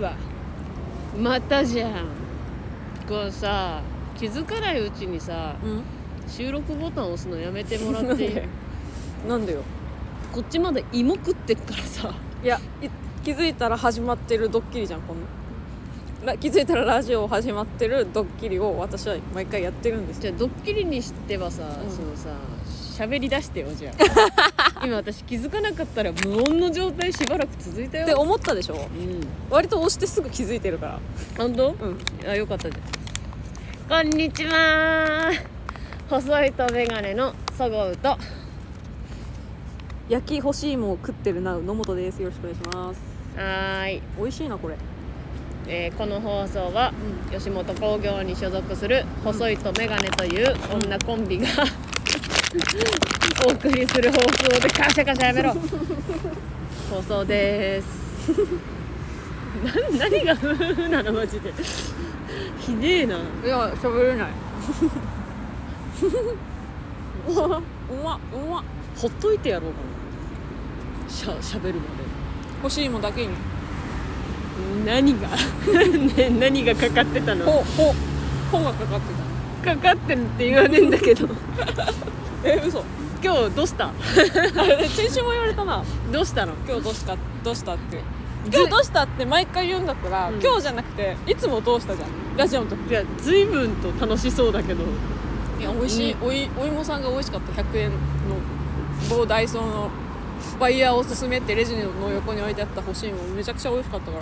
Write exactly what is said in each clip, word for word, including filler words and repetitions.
わ。またじゃん。こうさ、気づかないうちにさ、 うん、 収録ボタン押すのやめてもらっていい？ なんでよ。 こっちまで芋食ってっからさ。 いや、気づいたら始まってるドッキリじゃん、こんな。気づいたらラジオ始まってるドッキリを私は毎回やってるんです。 じゃあドッキリにしてはさ、 うん、 そのさ喋り出してよ。じゃあ今私気づかなかったら無音の状態しばらく続いたよって思ったでしょ。 うん、 割と押してすぐ気づいてるから。 本当？うん。あ、よかったじゃん。こんにちは。細いとメガネのそごうと焼き干し芋を食ってるなう野本です。よろしくお願いします。 はーい。 美味しいなこれ。 えー、この放送は、うん、吉本興業に所属する細いとメガネという女コンビが、うん、お送りする放送でカシャカシャやめろ放送ですな何がふふふなのマジでひでえな。 いや喋れないうわうまうま。 ほっといてやろうかな。しゃ喋るまで干し芋だけに何がね、何がかかってたの？ ほほほがかかってた。かかってるって言わねえんだけどえ、嘘。 今日どうした先週も言われたな。 どうしたの今日どうしたどうしたって今日どうしたって毎回言うんだったら、うん、今日じゃなくていつもどうしたじゃんラジオの時。 いや随分と楽しそうだけど。 いや美味しい、うん、おいお芋さんが美味しかった。ひゃくえんの某ダイソーのバイヤーおすすめってレジの横に置いてあった干し芋めちゃくちゃ美味しかったから。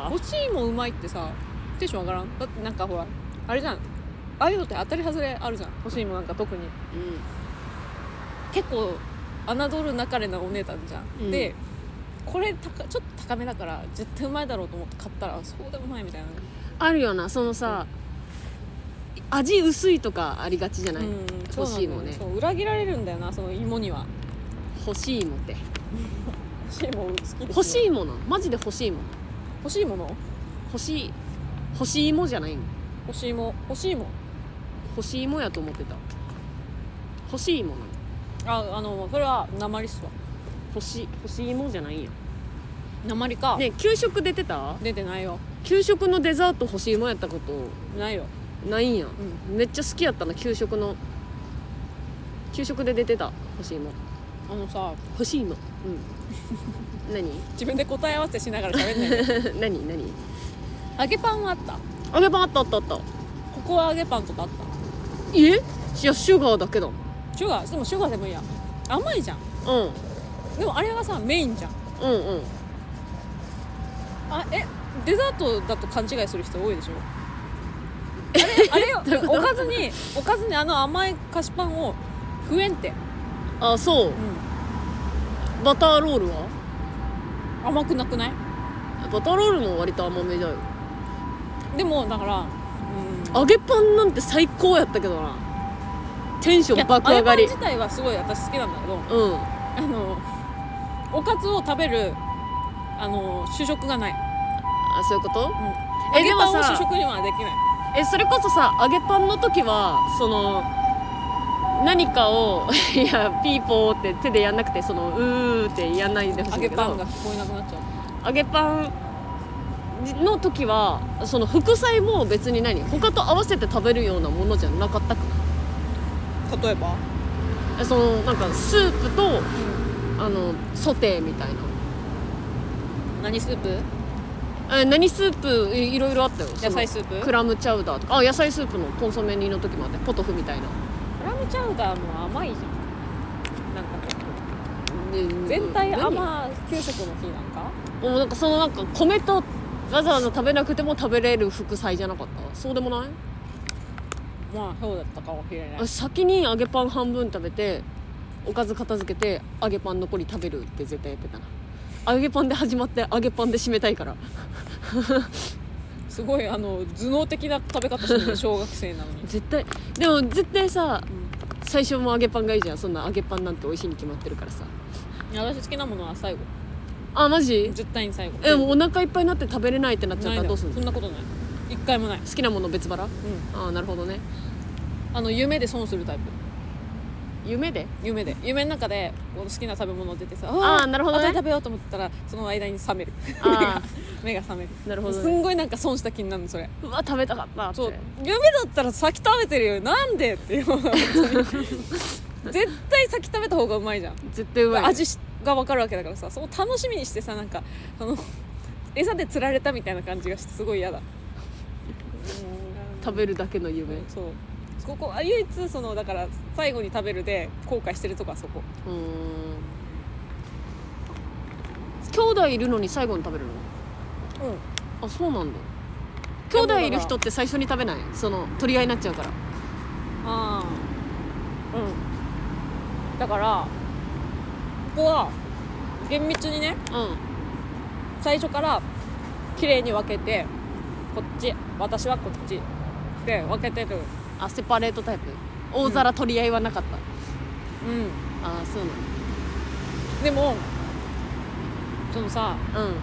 干し芋うまいってさテンション上がらん？だってなんかほらあれじゃん、ああいうのって当たり外れあるじゃん。干し芋なんか特に、うん、結構侮るなかれなお値段じゃん、うん、でこれ高ちょっと高めだから絶対うまいだろうと思って買ったらそうでもないみたいなあるよな。そのさ、うん、味薄いとかありがちじゃない、うん、干し芋ね。 そう裏切られるんだよなその芋には。 干し芋って干し芋好きですね。 干し芋なのマジで干し芋。 干し芋の干し干し芋じゃないの。 干し芋干し芋干し芋やと思ってた。干し芋なの。 あ、あのそれは鉛っすわ。 干し干し芋じゃないんや。 鉛か。 ね、給食出てた？ 出てないよ。 給食のデザート干し芋やったことないよ。 ないんや、 うん、 めっちゃ好きやったな。給食の給食で出てた干し芋。 あのさ干し芋、うん何自分で答え合わせしながら喋んないで何何揚げパンはあった。 揚げパンあったあったあった。 ここは揚げパンとかあった。 え？いやシュガーだけだ。 シュガーでもシュガーでもいいや。甘いじゃん。 うんでもあれがさメインじゃん。 うんうん。 あえデザートだと勘違いする人多いでしょ。あれあれよおかずにおかずにあの甘い菓子パンを食えんって。 あ、そう、うん、バターロールは甘くなくない？ バターロールも割と甘めだよ。 でもだから、 うん、揚げパンなんて最高やったけどな。テンション爆上がり。 揚げパン自体はすごい私好きなんだけど、 うん、 あのおかずを食べるあの主食がない。 あ、そういうこと？うん、 え揚げパンを主食にはできない。 えそれこそさ揚げパンの時はその何かをいやピーポーって手でやんなくてそのうーってやんないでほしいんだけど、 揚げパンが聞こえなくなっちゃう。 揚げパンの時はその副菜も別に何他と合わせて食べるようなものじゃなかったかな。 例えばそのなんかスープと、うん、あのソテーみたいな。 何スープ？ え何スープ い, いろいろあったよ。 野菜スープ？ クラムチャウダーとか。あ、野菜スープのコンソメ煮の時もあってポトフみたいな。 クラムチャウダーも甘いじゃん。なんか、ね、全体甘給食の日なんかもうなんかそのなんか米とわざわざ食べなくても食べれる副菜じゃなかった？そうでもない？ まあそうだったかもしれない。 先に揚げパン半分食べておかず片付けて揚げパン残り食べるって絶対やってたな。揚げパンで始まって揚げパンで締めたいからすごいあの頭脳的な食べ方してる小学生なのに絶対でも絶対さ、うん、最初も揚げパンがいいじゃん。そんな揚げパンなんて美味しいに決まってるからさ。 私好きなものは最後。 あ、マジ？ 絶対に最後。 え、もうお腹いっぱいになって食べれないってなっちゃったらどうするの？ そんなことない。一回もない。 好きなもの別腹？うん。あ、なるほどね。 あの夢で損するタイプ。 夢で夢で夢の中でこの好きな食べ物出てさあーなるほどね後で食べようと思ったらその間に覚めるあ目が覚めるなるほどねすんごいなんか損した気になるのそれうわ食べたかったってそう夢だったら先食べてるよなんでっていう本当に絶対先食べた方がうまいじゃん絶対うまい、ね、 味が分かるわけだからさその楽しみにしてさなんかその餌で釣られたみたいな感じがしてすごい嫌だ食べるだけの夢そうここあ唯一そのだから最後に食べるで後悔してるとこはそこうーん兄弟いるのに最後に食べるのうんあそうなんだ兄弟いる人って最初に食べないその取り合いになっちゃうからああうんだからここは厳密にねうん最初から綺麗に分けてこっち私はこっちで分けてるあセパレートタイプ大皿取り合いはなかった、 うんああそうなんでもそのさだうん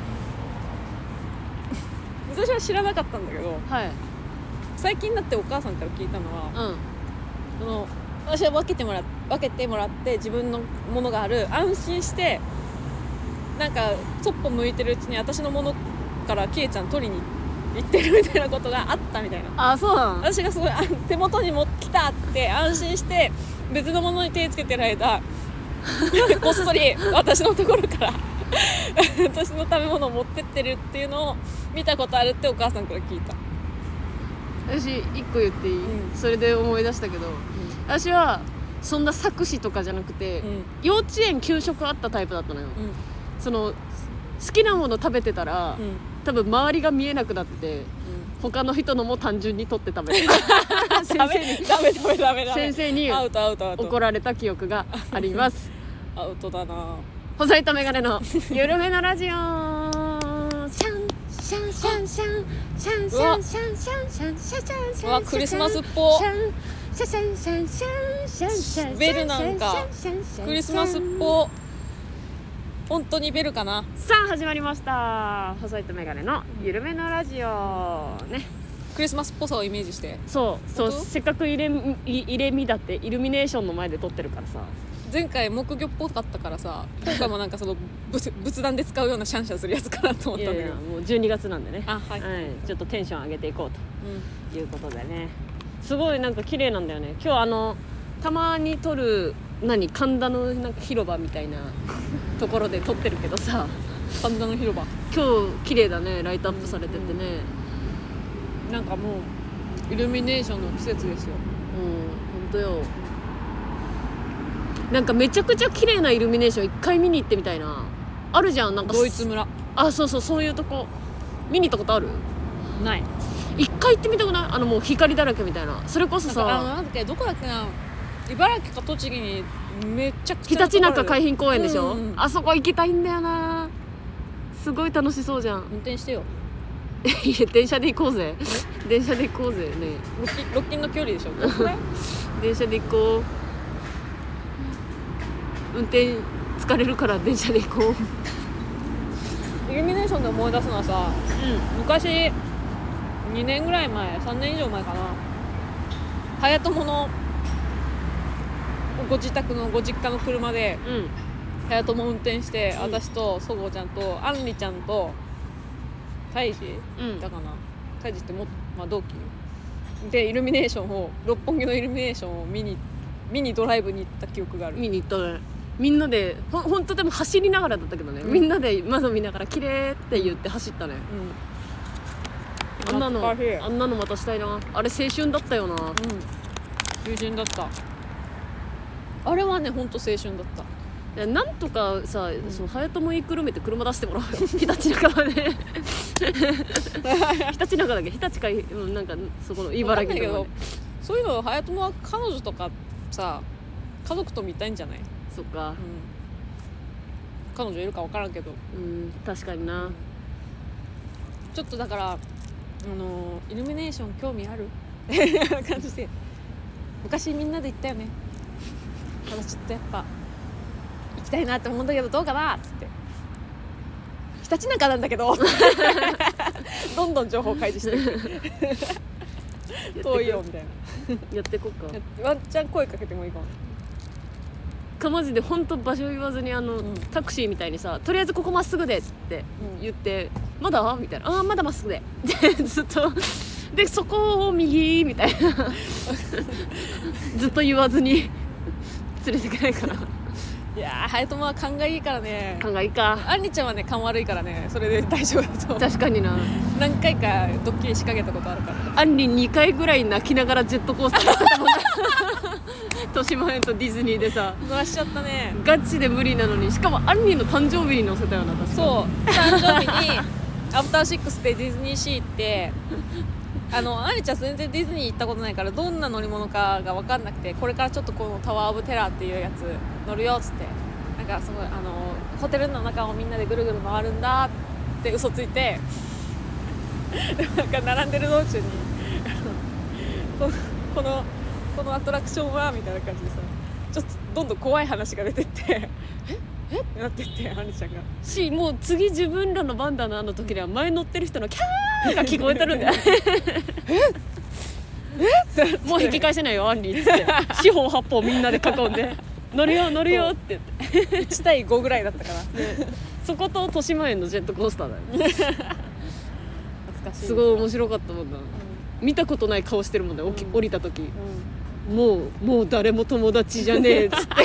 私は知らなかったんだけどはい最近になってお母さんから聞いたのはうんその私は分けてもら分けてもらって自分のものがある安心してなんかそっぽ向いてるうちに私のものからキエちゃん取りに行ってるみたいなことがあったみたいなあそうなの私がすごいあ手元に持ってきたって安心して別のものに手つけてる間こっそり私のところから私の食べ物を持ってってるっていうのを見たことあるってお母さんから聞いた。 私一個言っていい、 うんそれで思い出したけど、私はそんな作詞とかじゃなくて、 うんうん幼稚園給食あったタイプだったのよ、その好きなもの食べてたら、 うん多分周りが見えなくなって他の人のも単純に取って食べる先ダメ生にダメダメダメダメ先生にアウトアウトアウト怒られた記憶がありますアウトだな細いとメガネの緩めのラジオシャンシャンシャンシャンシャンシャンシャンシャンシャンシャンシャンシャンシャンうわクリスマスっぽシャンシャンシャンシャンシャンシャンシャンベルなんかクリスマスっぽ本当にベルかな。 さあ始まりました細いとメガネの緩めのラジオね。 クリスマスっぽさをイメージしてそうそう本当せっかく入れ入れ身だってイルミネーションの前で撮ってるからさ前回木魚っぽかったからさ今回もなんかその仏仏壇で使うようなシャンシャンするやつかなと思いやいったんだけどやもうじゅうにがつなんでねあはい、 はい、ちょっとテンション上げていこううんということでねすごいなんか綺麗なんだよね今日あのたまに撮る何神田のなんか広場みたいなところで撮ってるけどさ神田の広場今日綺麗だねライトアップされててねなんかもうイルミネーションの季節ですよ。 うん本当よなんかめちゃくちゃ綺麗なイルミネーション一回見に行ってみたいなあるじゃんなんかドイツ村あそうそうそういうとこ見に行ったことあるない一回行ってみたくないあのもう光だらけみたいなそれこそなんかあのさなんだっけどこだっけな茨城か栃木にめちゃくちゃひたちなか海浜公園でしょ、 うんうんあそこ行きたいんだよなすごい楽しそうじゃん運転してよいや電車で行こうぜ電車で行こうぜねロッキンロッキンの距離でしょどこだよ電車で行こう運転疲れるから電車で行こうイルミネーションで思い出すのはさう昔にねんぐらい前さんねん以上前かな早友のご自宅のご実家の車でんうん早友運転して、 うん私とそごうちゃんとあんりちゃんとタイジうんだかなタイジっても、まあ、同期でイルミネーションを六本木のイルミネーションを見に見にドライブに行った記憶がある見に行ったねみんなでほほんとでも走りながらだったけどね、 うんみんなで窓見ながら綺麗って言って走ったね、 うんあんなの懐かしいあんなのまたしたいなあれ青春だったよなうん友人だったあれはねほんと青春だったいやなんとかさ、うん、その早友にくるめて車出してもらおうよひたちなかまでひたちなかだっけひたちかうんなんかそこの茨城とか、ね、 そういうの早友は彼女とかさ家族と見たいんじゃない、 そっか、 うん、彼女いるか分からんけどうん確かにな、うん、 ちょっとだからあのイルミネーション興味ある感じで昔みんなで行ったよねただちょっとやっぱ行きたいなって思うんだけどどうかなっつってひたちなかなんだけどどんどん情報開示してる遠いよみたいなやってこうかワンワンチャン声かけてもいいかもね。 チャン声かけてもいいかもね。 ワンチャン声かけてもいいかもね。 ワンチャン声かけてもいいかもね。 ワンチャン声かけてもいいかもね。 ワンチャン声かけてもいいかもね。 ワンチャン声かけてもいいかもね。 かマジで本当場所言わずにあの、 うんタクシーみたいにさとりあえずここまっすぐでって言って、うん、まだみたいなあーまだまっすぐででずっとでそこを右みたいなずっと言わずに連れていけないからいやーハヤトマは勘がいいからね。 勘がいいか。 アンリちゃんはね勘悪いからねそれで大丈夫だと確かにな。 何回かドッキリ仕掛けたことあるから。 アンリにかいぐらい泣きながらジェットコースター乗ってたもんね豊島園とディズニーでさ乗らしちゃったね。 ガチで無理なのにしかもアンリの誕生日に乗せたよな確か。 そう誕生日にアフターシックスでディズニーシーってあのアンリちゃん全然ディズニー行ったことないからどんな乗り物かが分かんなくてこれからちょっとこのタワーオブテラーっていうやつ乗るよっつってなんかすごいあのホテルの中をみんなでぐるぐる回るんだって嘘ついてでなんか並んでる道中にこのこのこのアトラクションはみたいな感じでさちょっとどんどん怖い話が出てってええってなってってアンリちゃんがしもう次自分らの番だなあの時には前乗ってる人のキャーが聞こえてるんだよええもう引き返せないよアンリっつって四方八方みんなで囲んで乗るよ乗るよって言っていち対ごぐらいだったから、ね、 そこと豊島園のジェットコースターだよ懐かしいすごい面白かったもんな、うん、見たことない顔してるもんね、うん、降りた時、うん、もうもう誰も友達じゃねえっつって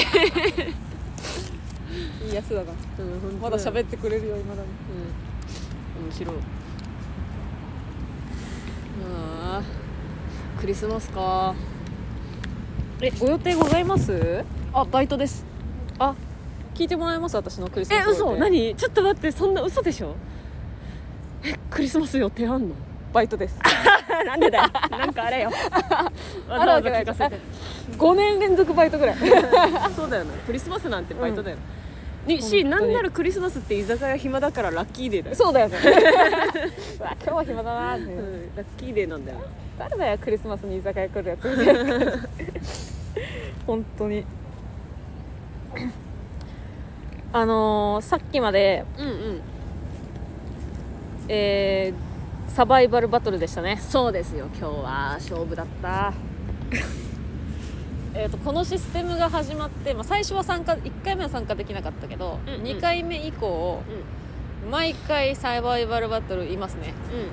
いいやつだな、うん、まだ喋ってくれるよ今だに、 うん、面白い。あークリスマスか。 えご予定ございます？ あバイトです。 あ聞いてもらえます私のクリスマスえ嘘何ちょっと待ってそんな嘘でしょ。えクリスマス予定あんの？ バイトですなんでだよなんかあれよあるわけないわざわざ聞かせてごねん連続バイトぐらいそうだよねクリスマスなんてバイトだよ、うん、にしなんならクリスマスって居酒屋暇だからラッキーデーだよ。 そうだよねうわ今日は暇だなって、うん、 ラッキーデーなんだよ。 誰だよクリスマスに居酒屋来るやつみたいな本当にあのー、さっきまでうんうんえー、サバイバルバトルでしたね。 そうですよ今日は勝負だったえとこのシステムが始まって、まあ、最初は参加いっかいめは参加できなかったけど、うんうん、にかいめ以降、うん、毎回サバイバルバトルいますね、うん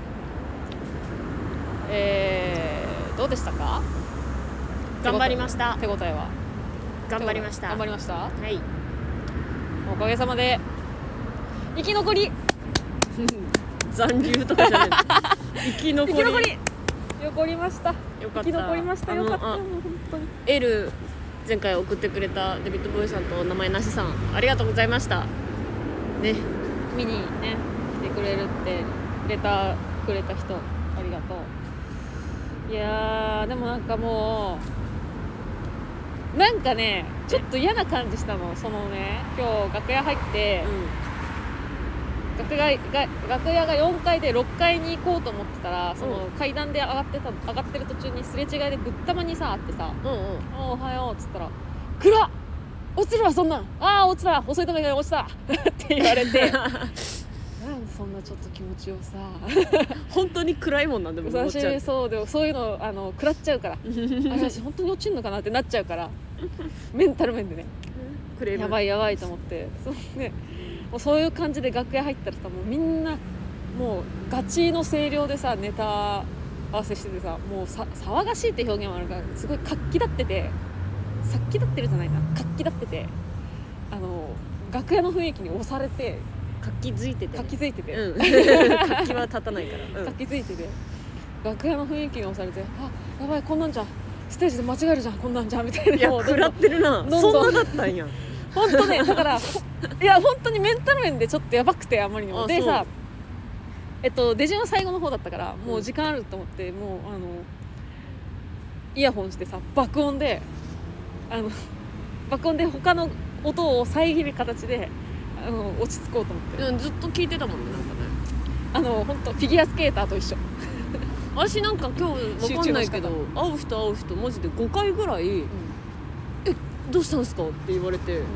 えー、どうでしたか？ 頑張りました。 手応えは頑張りました。 頑張りました。 はいおかげさまで生き残り残留とかじゃない生き残り生き残り残りました。 よかった生き残りました。よかったもう本当にエール前回送ってくれたデビッド・ボーイさんと名前なしさんありがとうございましたね。 見にね来てくれるってレターくれた人ありがとう。いやーでもなんかもうなんかねちょっと嫌な感じしたの。そのね今日楽屋入って、うん、楽屋が楽屋がよんかいでろっかいに行こうと思ってたらその階段で上がってた上がってる途中にすれ違いでぶったまにさあってさ、うんうん、おはようっつったら暗っ落ちるわそんなんあー落ちた遅いためが落ちたって言われてなんでそんなちょっと気持ちをさ本当に暗いもんなんでも思っちゃう。 私そうでもそういうのあの食らっちゃうから私本当に落ちるのかなってなっちゃうからメンタル面でねクレームやばいやばいと思ってそう、ね、もうそういう感じで楽屋入ったらさもうみんなもうガチの声量でさネタ合わせしててさもうさ騒がしいって表現もあるからすごい活気立ってて殺気立ってるじゃないな活気立っててあの楽屋の雰囲気に押されて活気づいてて、ね、 活気づいてて、 うん、活気は立たないから、うん、 活気づいてて楽屋の雰囲気に押されてあやばいこんなんじゃステージで間違えるじゃんこんなんじゃんみたいな。 いや食らってるなそんなだったんや本当ねだからいや本当にメンタル面でちょっとやばくてあまりにもでさえっとデジの最後の方だったからもう時間あると思って、うん、もうあのイヤホンしてさ爆音であの爆音で他の音を遮る形であの落ち着こうと思っていやずっと聞いてたもんねなんかねあの本当フィギュアスケーターと一緒私なんか今日わかんないけど会う人会う人マジでごかいぐらい、うん、えどうしたんですかって言われて、うん、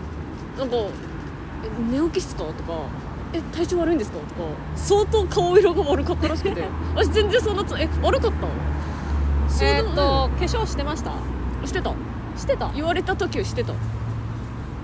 なんかえ寝起きっすかとかえ体調悪いんですかとか相当顔色が悪かったらしくて私全然そんなつえ悪かったえーっと、うん、化粧してましたしてたしてた言われた時はしてた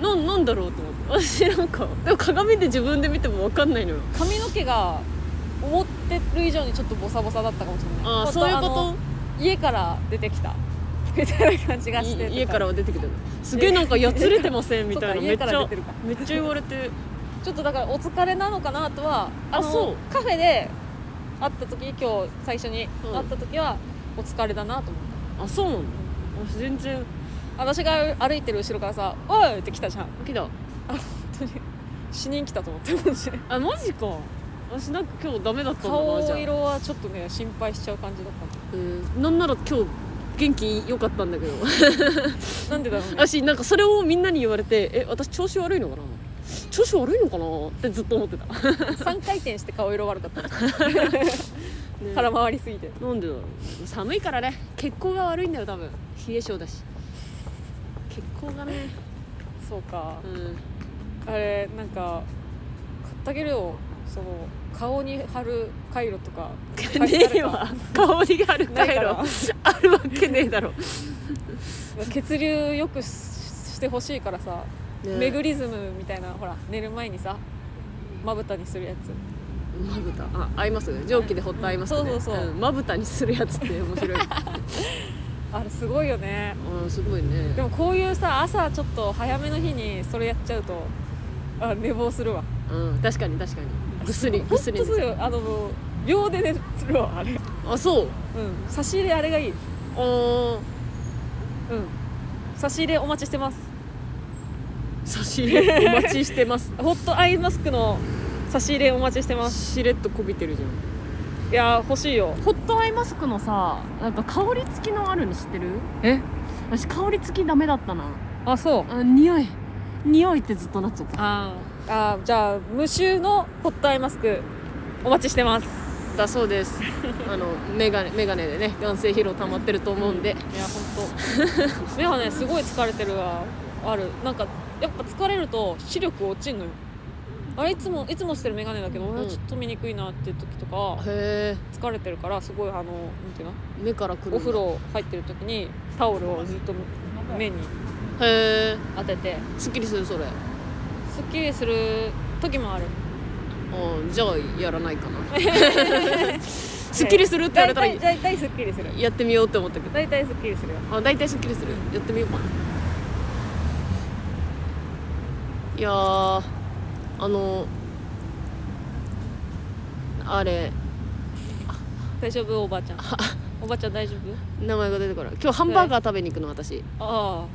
な, なんだろうと思って私なんかでも鏡で自分で見ても分かんないのよ。 髪の毛が思ってる以上にちょっとボサボサだったかもしれない。 ああそういうこあのと。 家から出てきたみたいな感じがして家からは出てきてる。すげえなんかやつれてませんみたいなめっちゃ家から出てるかめっちゃ言われてちょっとだからお疲れなのかなとはあのあそうカフェで会った時今日最初に会った時はお疲れだなと思っあそうなの。私全然た。私が歩いてる後ろからさ「おい!」って来たじゃん。 来た。 あ本当に死人来たと思ってマジであマジか。私なんか今日ダメだったんだなじゃ顔色はちょっとね心配しちゃう感じだったあ、えー、なんなら今日元気良かったんだけどなんでだろうね。 私なんかそれをみんなに言われてえ私調子悪いのかな調子悪いのかなってずっと思ってたさんかい転して顔色悪かった、ね、腹回りすぎて。 なんでだろう。寒いからね。血行が悪いんだよ多分。冷え性だし血行がね。 そうか、 うん、 あれなんか買ってあげるよその顔に貼るカイロとかねえわ顔に貼るカイロあるわけねえだろ血流よくしてほしいからさ、ね、メグリズムみたいなほら寝る前にさまぶたにするやつ。 まぶたあ合います蒸気で掘った合いますね、 うん、そうそうそう、 うん、まぶたにするやつって面白いあれすごいよね。 うんすごいね。 でもこういうさ朝ちょっと早めの日にそれやっちゃうとあ寝坊するわ。 うん確かに確かにぐっすりぐっすりほんとすよあの秒で寝るわあれ。 あそう。 うん差し入れあれがいい。 あーうん差し入れお待ちしてます。 差し入れお待ちしてますホットアイマスクの差し入れお待ちしてます。 しれっとこびてるじゃん。 いや欲しいよ。 ホットアイマスクのさなんか香り付きのあるの知ってる？ え私香り付きダメだったな。 あそうあ匂い匂いってずっとなっちゃった。 ああじゃあ無臭のホットアイマスクお待ちしてます。 だそうですあのメガネメガネでね眼性疲労溜まってると思うんで、 いや本当目はねすごい疲れてるわ。あるなんかやっぱ疲れると視力落ちんのよ。あれいつもいつもしてるメガネだけど、俺はちょっと見にくいなっていう時とか、 へ疲れてるからすごいあのなんていうのえ目からくる。 お風呂入ってる時にタオルをずっと目にへえ当ててすっきりするそれ。 すっきりする時もある。 あじゃあやらないかなすっきりするって言われたら大体大体すっきりする。 やってみようって思ったけど大体すっきりするよ。 あ大体すっきりする。やってみようかな。いやーあのあれ大丈夫おばあちゃんおばあちゃん大丈夫。 名前が出てこない。今日ハンバーガー食べに行くの私。 ああ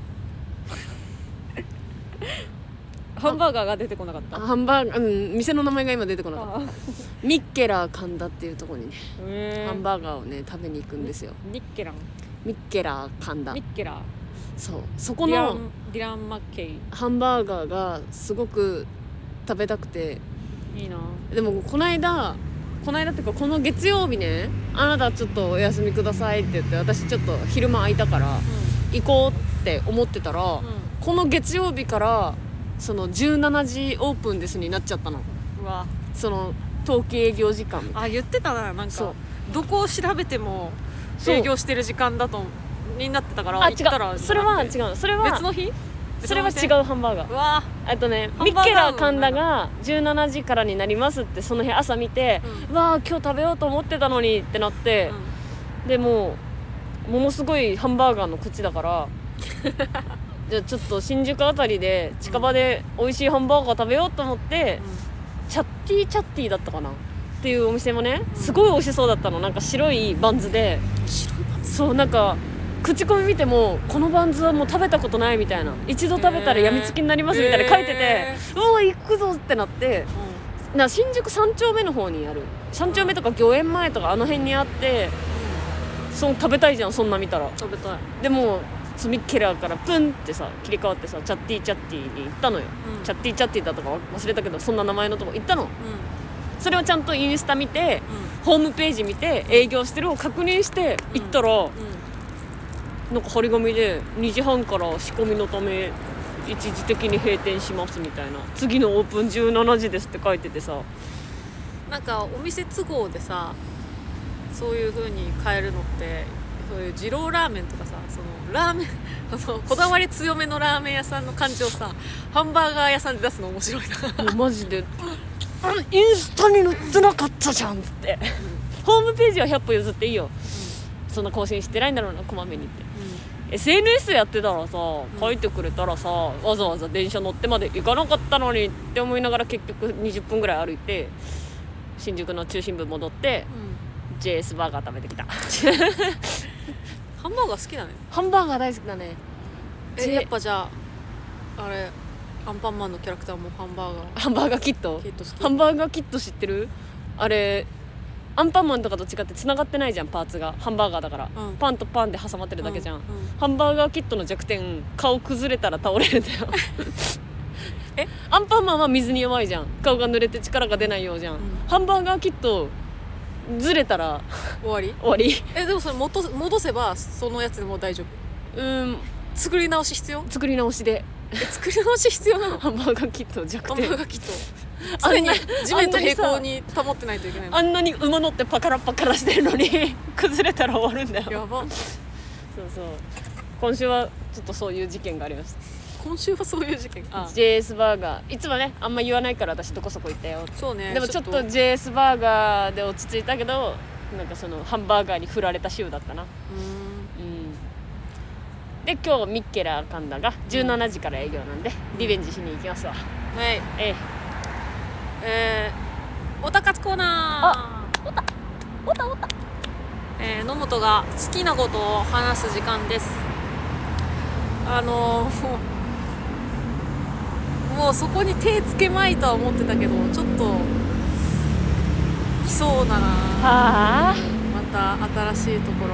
ハンバーガーが出てこなかったハンバーガー、うん、店の名前が今出てこなかった。 あミッケラー神田っていうところにねへハンバーガーをね食べに行くんですよ。 ニッケランミッケラー神田。 ミッケラーそうそこのディランディラン・マッケイハンバーガーがすごく食べたくて。 いいな。 でもこの間この間っていうかこの月曜日ねあなたちょっとお休みくださいって言って私ちょっと昼間空いたから行こうって思ってたら、 うん、うん、 この月曜日からそのじゅうしちじオープンですになっちゃったの。 うわその冬季営業時間。 あ言ってたな。なんそうかどこを調べてもそう営業してる時間だとになってたからあ違行ったらうそれは違うそれは別の日それは違うハンバーガー。 うわあとねハンバーガーミッケラー神田がじゅうしちじからになりますってその日朝見て、 うんうわー今日食べようと思ってたのにってなって、 うんでもうものすごいハンバーガーの口だからじゃあちょっと新宿あたりで近場で美味しいハンバーガー食べようと思って、チャッティーチャッティーだったかなっていうお店もねすごい美味しそうだったの。なんか白いバンズで白いパンそうなんか口コミ見てもこのバンズはもう食べたことないみたいな一度食べたらやみつきになりますみたいな書いてて、 へうわ行くぞってなってな新宿さん丁目の方にあるさん丁目とか御苑前とかあの辺にあってその食べたいじゃんそんな見たら。 食べたい。 でもミッケラーからプンってさ切り替わってさチャッティーチャッティーに行ったのよ、 うんチャッティーチャッティーだとか忘れたけどそんな名前のとこ行ったの。 うそれをちゃんとインスタ見てんうんホームページ見て営業してるを確認して行ったら、 うんなんか張り紙でにじはんから仕込みのため一時的に閉店しますみたいな次のオープンじゅうしちじですって書いててさなんかお店都合でさそういう風に変えるのってそういう二郎ラーメンとかさ、そのラーメンあのこだわり強めのラーメン屋さんの感じをさハンバーガー屋さんで出すの面白いな。 もうマジであのインスタに載ってなかったじゃんっつって、うん、ホームページはひゃっぽ譲っていいよ、うん、そんな更新してないんだろうなこまめにって、うん、エスエヌエス やってたらさ書いてくれたらさ、うん、わざわざ電車乗ってまで行かなかったのにって思いながら結局にじゅっぷんぐらい歩いて新宿の中心部戻って、うん、ジェイエス バーガー食べてきたハンバーガー好きだね。 ハンバーガー大好きだね。 えやっぱじゃああれアンパンマンのキャラクターもハンバーガーハンバーガーキットキット好き。 ハンバーガーキット知ってる？あれアンパンマンとかと違って繋がってないじゃんパーツが。ハンバーガーだから、うん、パンとパンで挟まってるだけじゃん、うんうん、ハンバーガーキットの弱点顔崩れたら倒れるんだよえアンパンマンは水に弱いじゃん、顔が濡れて力が出ないようじゃん、うん、ハンバーガーキットずれたら終わり終わり。 えでもそれ戻戻せばそのやつでも大丈夫？うん作り直し必要？作り直しでえ作り直し必要なの？ ハンバーガーキット弱点。 ハンバーガーキット常に地面と平行に保ってないといけないの。 あんなに馬乗ってパカラパカラしてるのに崩れたら終わるんだよ。 やば。 そうそう今週はちょっとそういう事件がありました。 今週はそういう事件。ああジェイエス バーガーいつもねあんま言わないから私どこそこ行ったよ。 そうね。 でもちょっと ジェイエス バーガーで落ち着いたけどなんかそのハンバーガーに振られた週だったな。うん、うん、で今日ミッケラー神田がじゅうしちじから営業なんで、うん、リベンジしに行きますわ。はい。えええー、おたかつコーナー。あおたおたおた。 えー、野本が好きなことを話す時間です。あのー、もうそこに手つけまいとは思ってたけどちょっと来そうだな。 はあまた新しいところ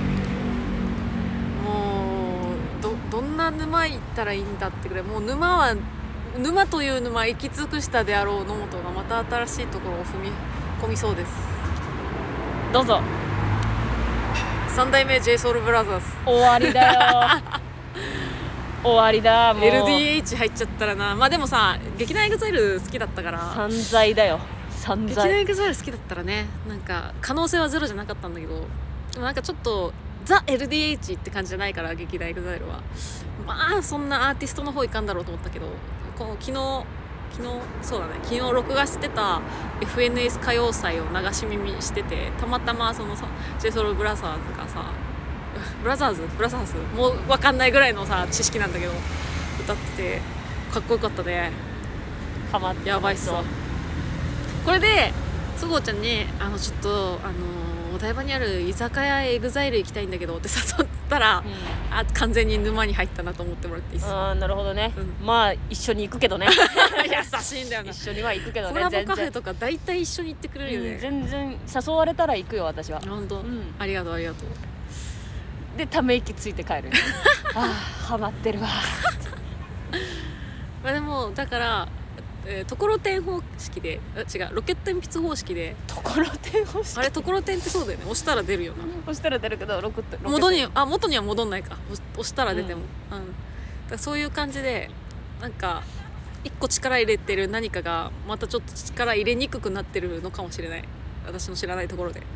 もう ど, どんな沼行ったらいいんだってくらいもう沼は沼という沼行き尽くしたであろう野本がまた新しいところを踏み込みそうです。 どうぞ。 三代目 J ソウルブラザーズ終わりだよ終わりだもうエルディーエイチ 入っちゃったらな。まあでもさ劇団 エグザイル好きだったから散財だよ散財。 劇団 エグザイル好きだったらねなんか可能性はゼロじゃなかったんだけどでもなんかちょっとザ エルディーエイチ って感じじゃないから劇団 エグザイルはまあそんなアーティストの方いかんだろうと思ったけどこの昨日昨日そうだね昨日録画してた エフエヌエス 歌謡祭を流し耳しててたまたまその J ソウルブラザーズがさブラザーズブラザーズもう分かんないぐらいのさ知識なんだけど歌っててかっこよかったね。 ハマってやばいっすわ。これでそごうちゃんにあのちょっとあのお台場にある居酒屋エグザイル行きたいんだけどって誘ったら、うん、あ完全に沼に入ったなと思ってもらっていいっすか。 あなるほどね、うん、まあ一緒に行くけどね優しいんだよな。 一緒には行くけどね。 コラボカフェとか大体一緒に行ってくれるよね、 うん、全然誘われたら行くよ私は。 本当、うん、ありがとうありがとう。 でため息ついて帰るああハマってるわまあでもだからえー、ところてん方式で違うロケット鉛筆方式でところてん方式あれところてんってそうだよね押したら出るよな。 押したら出るけどロケット元にあ元には戻んないか押したら出ても、うんうん、だからそういう感じでなんか一個力入れてる何かがまたちょっと力入れにくくなってるのかもしれない私の知らないところで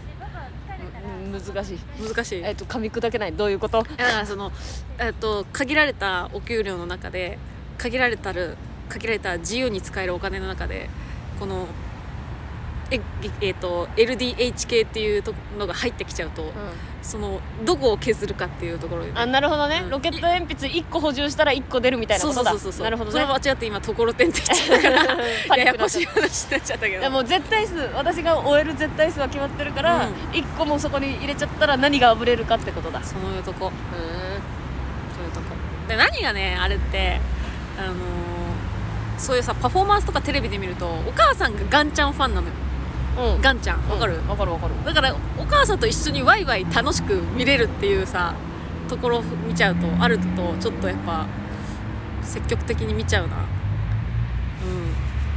難しい難しい。 えっと噛み砕けない。どういうこと？ だからそのえっと限られたお給料の中で限られたる限られた自由に使えるお金の中でこのえ、えー、と エルディーエイチ 系っていうのが入ってきちゃうと、うん、そのどこを削るかっていうところで、ね、 あなるほどね、うん、ロケット鉛筆いっこ補充したらいっこ出るみたいなことだ。 そうそうそうそう、 なるほどね。 それは間違って今ところてんって言っちゃったからややこしい話になっちゃったけど。 いやもう絶対数私が終える絶対数は決まってるから、うん、いっこもそこに入れちゃったら何があぶれるかってことだ。 そういうとこ。うんそういうとこで何がねあれってあのーそういうさパフォーマンスとかテレビで見るとお母さんがガンちゃんファンなのよ、うん、ガンちゃんわかる、 わ、うん、かるわかる。 だからお母さんと一緒にワイワイ楽しく見れるっていうさところを見ちゃうとあるとちょっとやっぱ積極的に見ちゃうな。うん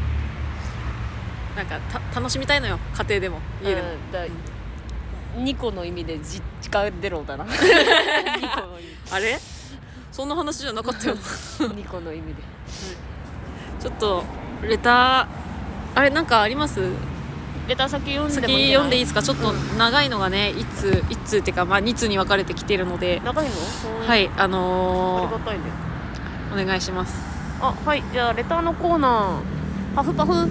なんかた楽しみたいのよ家庭でも家でも、うんだうん、にこの意味で実家出ろだなにこの意味あれそんな話じゃなかったよにこの意味で、 うんちょっとレターあれなんかあります？ レター先読んでもいいん先じゃない？ 読んでいいですか。ちょっと長いのがね、いついつっていうか、まあ、に通に分かれてきてるので、 長いの？ はいい、あありのがたいね。 ー、お願いします。 あ、はい、じゃあレターのコーナー、パフパフ、 はい、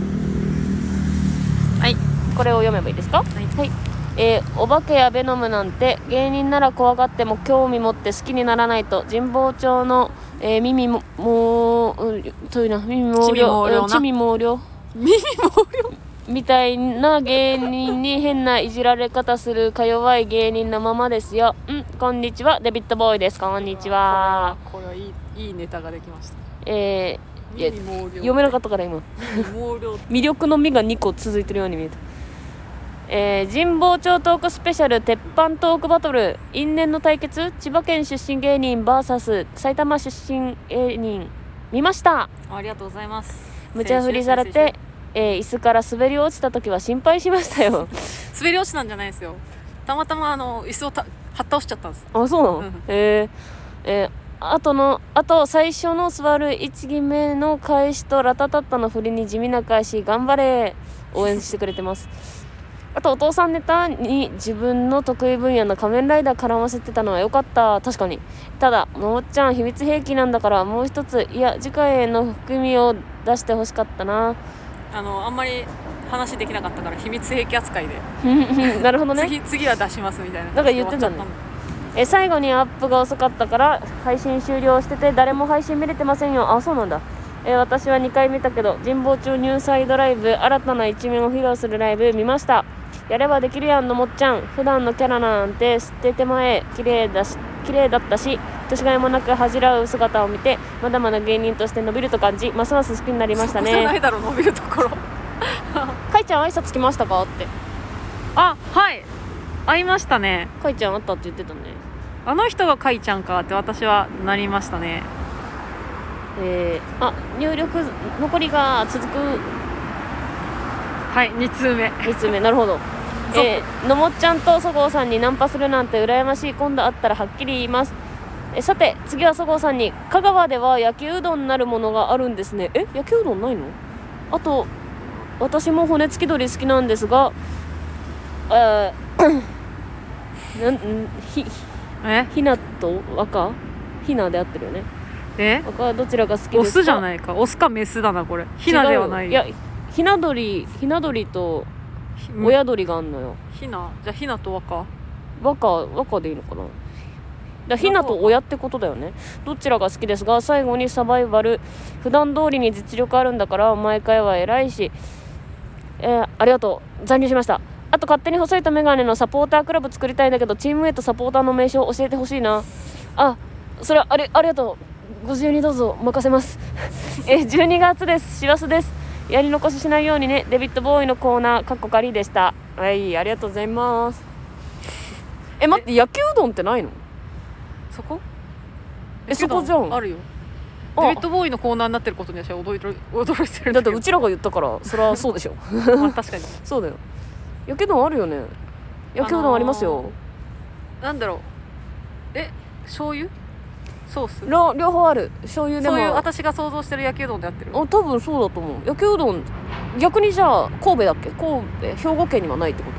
これを読めばいいですか？ はいはい。えー、お化けやベノムなんて芸人なら怖がっても興味持って好きにならないと神保町の、えー、耳ももう、うん、というな耳毛量地味毛量な地味毛量耳毛量みたいな芸人に変ないじられ方するか弱い芸人のままですよ。うん、こんにちは、デビッドボーイです。こんにちは。 これはこれはいいいいネタができました。 えー、いや耳毛量読めなかったから今耳毛量魅力の実がにこ続いてるように見えた。えー、神保町トークスペシャル鉄板トークバトル因縁の対決、千葉県出身芸人 ブイエス 埼玉出身芸人見ました。 ありがとうございます。 無茶振りされて、えー、椅子から滑り落ちた時は心配しましたよ滑り落ちたんじゃないですよ。たまたまあの椅子をたはっ倒しちゃったんです。 あ、そうなの、 うんえーえー、あとのあと最初の座るいちぎめの返しとラタタッタの振りに地味な返し、頑張れ、応援してくれてますあとお父さんネタに自分の得意分野の仮面ライダー絡ませてたのは良かった。確かに。ただももっちゃん秘密兵器なんだから、もう一つ、いや次回への含みを出してほしかったな。 あのあんまり話できなかったから秘密兵器扱いでなるほどね。 次次は出しますみたいな。 なんか言ってたね。え最後にアップが遅かったから配信終了してて誰も配信見れてませんよ。あ、そうなんだ。えー、私はにかい見たけど、神保町ニューサイドライブ新たな一面を披露するライブ見ました。やればできるやんのもっちゃん、普段のキャラなんて捨てて前、綺麗だし綺麗だったし、年がいもなく恥じらう姿を見てまだまだ芸人として伸びると感じ、ますます好きになりましたね。 そこじゃないだろ伸びるところかいちゃん挨拶来ましたかって。 あ、はい会いましたね。 かいちゃんあったって言ってたね。 あの人がかいちゃんかって私はなりましたね。 えー、あ、入力残りが続く。 はいに通目に通目、なるほど。えー、のもっちゃんとそごうさんにナンパするなんて羨ましい。今度会ったらはっきり言います。えさて次はそごうさんに、香川では焼きうどんなるものがあるんですね。え焼きうどんないの？あと私も骨付き鳥好きなんですが、あなんひえひなと若ひなで合ってるよね。 え若どちらが好きですか？ オスじゃないか。オスかメスだなこれ。ひなではない。 いやひな鳥ひな鳥とひ親鳥があんのよ。 ひなじゃあひなと若若若でいいのかな。だひなと親ってことだよね。どちらが好きですが、最後にサバイバル、普段通りに実力あるんだから毎回は偉いし、えー、ありがとう、残留しました。あと勝手に細いとメガネのサポータークラブ作りたいんだけど、チームメイトサポーターの名称教えてほしいな。あ、それはあり、ありがとう、ご自由にどうぞ任せますえー、じゅうにがつです。師走です。やり残ししないようにね。デビッドボーイのコーナーかっこかりでした。はい、ありがとうございます。え待って、焼きうどんってないの？ そこえそこじゃん。 あるよ。 あデビッドボーイのコーナーになってることには驚いてる驚いてるんだってだけどうちらが言ったからそりゃそうでしょまあ確かにそうだよ。焼きうどんあるよね。焼きうどんありますよ、 あのー、なんだろう、え醤油ソース両両方ある。醤油でもそういう私が想像してる焼きうどんで合ってる。 あ多分そうだと思う。焼きうどん逆にじゃあ神戸だっけ、神戸兵庫県にはないってこと？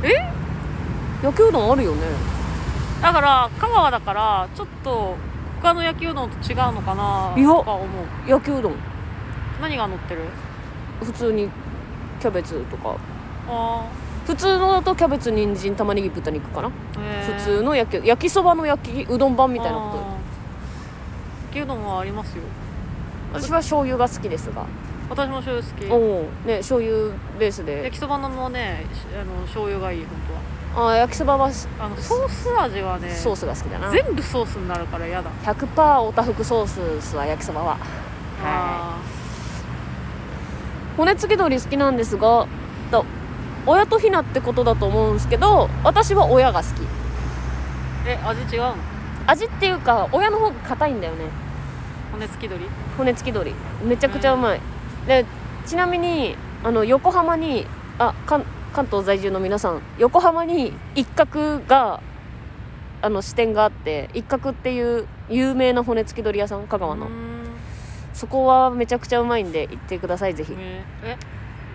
え焼きうどんあるよね。 だから香川だからちょっと他の焼きうどんと違うのかな。 いやとか思う。 焼きうどん何が乗ってる？ 普通にキャベツとか。 あ普通のだとキャベツ、人参、玉ねぎ、豚肉かな。 普普通の焼き焼きそばの焼きうどん版みたいなこと。 焼きうどんはありますよ。 私は醤油が好きですが。 私も醤油好き。 おおね、醤油ベースで。 焼きそばのもね、あの醤油がいい本当は。 あ焼きそばはあのソース味はね、 ソースが好きだな。 全部ソースになるから嫌だ。 ひゃくパーセント おたふくソースは焼きそばは。 あ骨付き鳥好きなんですが、だ親とひなってことだと思うんですけど、私は親が好き。 ーえ味違うの？ 味っていうか親の方が硬いんだよね。 骨付き鳥骨付き鳥めちゃくちゃうまい、うん、でちなみにあの横浜にあ関関東在住の皆さん、横浜に一角があの支店があって、一角っていう有名な骨付き鳥屋さん、香川の。そこはめちゃくちゃうまいんで行ってくださいぜひ。 ね、え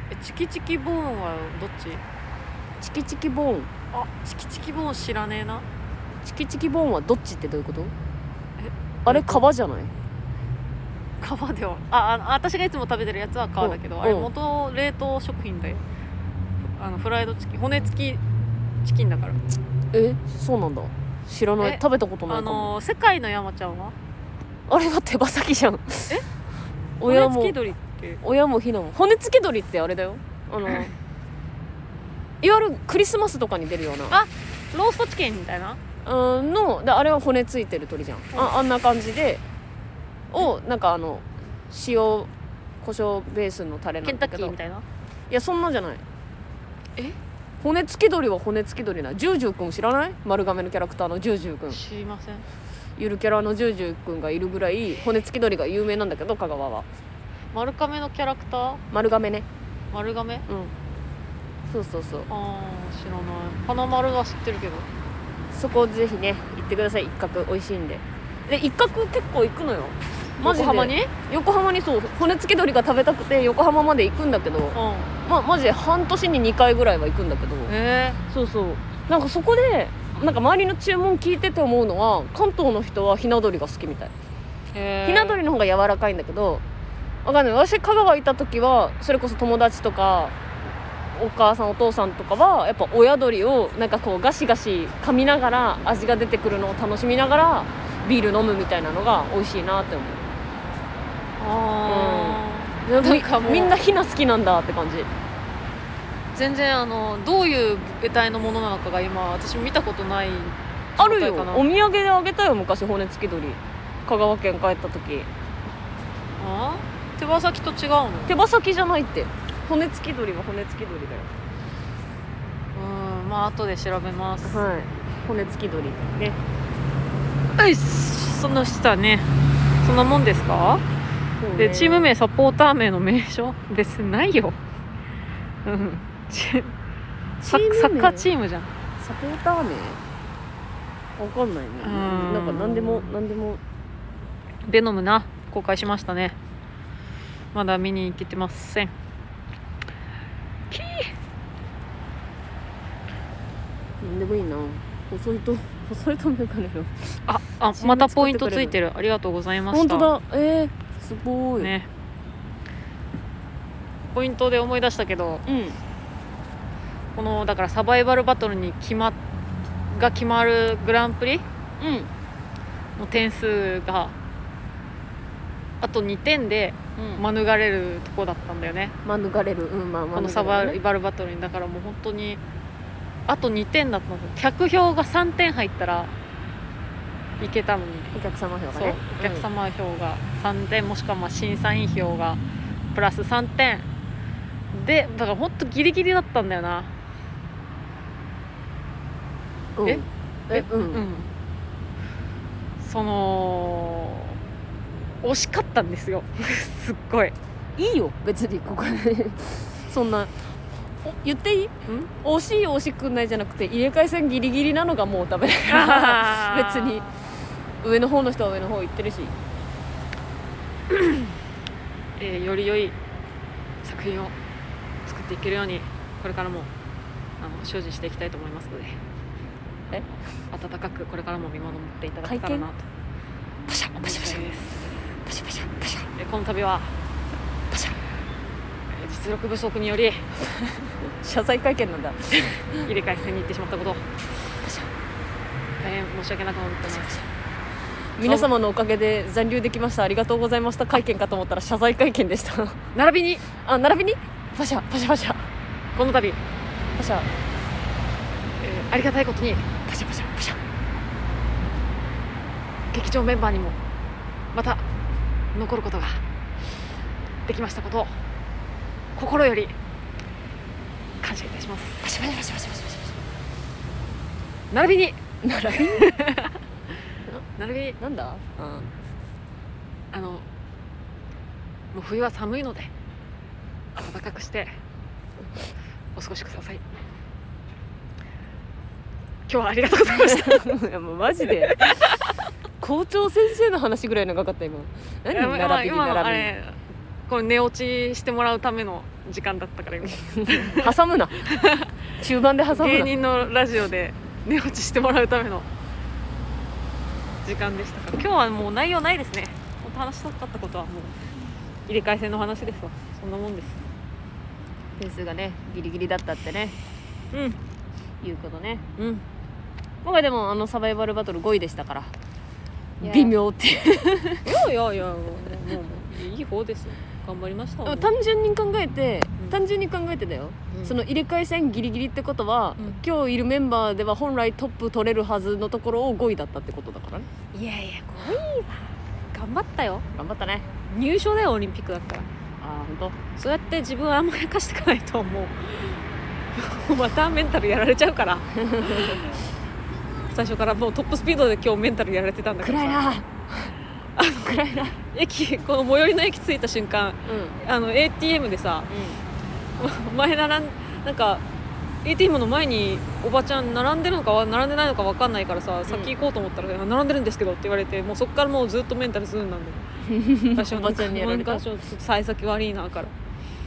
えチキチキボーンはどっち？ チキチキボーンあチキチキボーン知らねえな。 チキチキボーンはどっちってどういうこと？ えあれ皮じゃない？ 皮ではああ私がいつも食べてるやつは皮だけど、 うんあれ元冷凍食品だよ。あのフライドチキン骨付きチキンだから。 えそうなんだ、知らない、 え食べたことないあかも。 の世界の山ちゃんはあれは手羽先じゃん。 え親も骨付き鳥って親もひなも骨付き鳥ってあれだよ、あのいわゆるクリスマスとかに出るようなあローストチキンみたいなうんので、あれは骨ついてる鳥じゃん、あ, あんな感じでをなんかあの塩胡椒ベースのタレなケンタんだけど、 ッキーみたいな。 いやそんなんじゃない。 え骨付き鳥は骨付き鳥な。ジュージューくん知らない？丸亀のキャラクターのジュージューくん、 知りません。 ゆるキャラのジュージューくんがいるぐらい骨付き鳥が有名なんだけど、香川は丸亀のキャラクター丸亀ね。 丸亀。 うんそうそうそう、 あー知らない。花丸は知ってるけど。 そこぜひね行ってください。一角美味しいんで。で一角結構行くのよマジで。 横浜に横浜にそう骨付き鳥が食べたくて横浜まで行くんだけど、 うんまマジで半年ににかいぐらいは行くんだけど、 えそうそうなんかそこでなんか周りの注文聞いてて思うのは、関東の人はひな鶏が好きみたい。 ー、へーひな鶏の方が柔らかいんだけど、わかんない、私香川いた時はそれこそ友達とかお母さんお父さんとかはやっぱ親鶏をなんかこうガシガシ噛みながら味が出てくるのを楽しみながらビール飲むみたいなのが美味しいなって思う。 あー、 なんかなんかもうみんなひな好きなんだって感じ。 全然あのどういう得体のものなのかが今私見たことないあるよ、 状態かな。 お土産であげたよ昔骨付き鳥、香川県帰った時。 あ手羽先と違うの？ 手羽先じゃないって、骨付き鳥は骨付き鳥だよ。 うんまあ後で調べます。 はい骨付き鳥ね。 はいその下ねそんなもんですか？ そうねでチーム名サポーター名の名称別にないよ。うんチサチーム名サッカーチームじゃん。 サポーター名わかんないね。 うんなんか何でも何でも。 ベノムな公開しましたね。まだ見に行けてません。キーなんでもいいな。細いと細いとメガネのああチームまたポイント作ってくれるついてる。ありがとうございました。 本当だ。えー、すごいねポイントで思い出したけど、 うんこのだからサバイバルバトルに決まが決まるグランプリうんの点数があとにてんでうん免れるとこだったんだよね、 免れるうんまあこのサバイバルバトルに。だからもう本当にあとにてんだったの。客票がさんてん入ったらいけたのに、 お客様票がそうね。 お客様票がさんてんもしくはまあ審査員票がプラスさんてんで、だから本当ギリギリだったんだよな。 うん、 ええうん、 うんその惜しかったんですよすっごい。 いいよ別にここでそんなお言っていい？惜しい惜しくないじゃなくて入れ替え戦ギリギリなのがもうダメだから別に上の方の人は上の方行ってるしえー、より良い作品を作っていけるようにこれからもあの精進していきたいと思いますので、 え温かくこれからも見守っていただけたらなと。 パシャパシャパシャですパシャパシャパシャえーこの度はパシャえー実力不足により謝罪会見なんだ入れ替え戦に行ってしまったことパシャ大変申し訳なく思っております。 皆様のおかげで残留できましたありがとうございました会見かと思ったら謝罪会見でした並びにあ並びにパシャパシャパシャこの度、えパシャーありがたいことにパシャパシャパシャ劇場メンバーにもまた残ることができましたことを心より感謝いたします。 パシャパシャパシャパシャパシャパシ並びにャ並びに並びになんだあのもう冬は寒いので暖かくしてお過ごしください。今日はありがとうございましたうんいやもうマジで校長先生の話ぐらい長かった今何いやまあ並びに今のあ並びにれこれ寝落ちしてもらうための時間だったから今挟むな中盤で挟むな。 芸人のラジオで寝落ちしてもらうための時間でしたから今日はもう内容ないですね。本当話したかったことはもう入れ替え戦の話ですわ。そんなもんです。 点数がねギリギリだったってねうんいうことね。 うん僕はでもあのサバイバルバトルごいでしたからいや微妙っていやいやいやもうもういい方ですよ。頑張りましたわ。 単純に考えて、 うん単純に考えてだよ、 うんその入れ替え戦ギリギリってことは、 うん今日いるメンバーでは本来トップ取れるはずのところをごいだったってことだからね。 いやいやごいわ。頑張ったよ。 頑張ったね。 入賞だよオリンピックだったら。 ああ本そうやって自分を甘やかしていかないともうまたメンタルやられちゃうから最初からもうトップスピードで今日メンタルやられてたんだ当からさ。 暗いな暗いな駅この最寄りの駅着いた瞬間うんあの エーティーエム でさ前並んなんか エーティーエム の前におばちゃん並んでるのか並んでないのか分かんないからさ、先行こうと思ったら並んでるんですけどって言われてもうそっからもうずっとメンタルズーンなんだよ最初おばちゃんにやられた。 なんかちょっと幸先悪いなから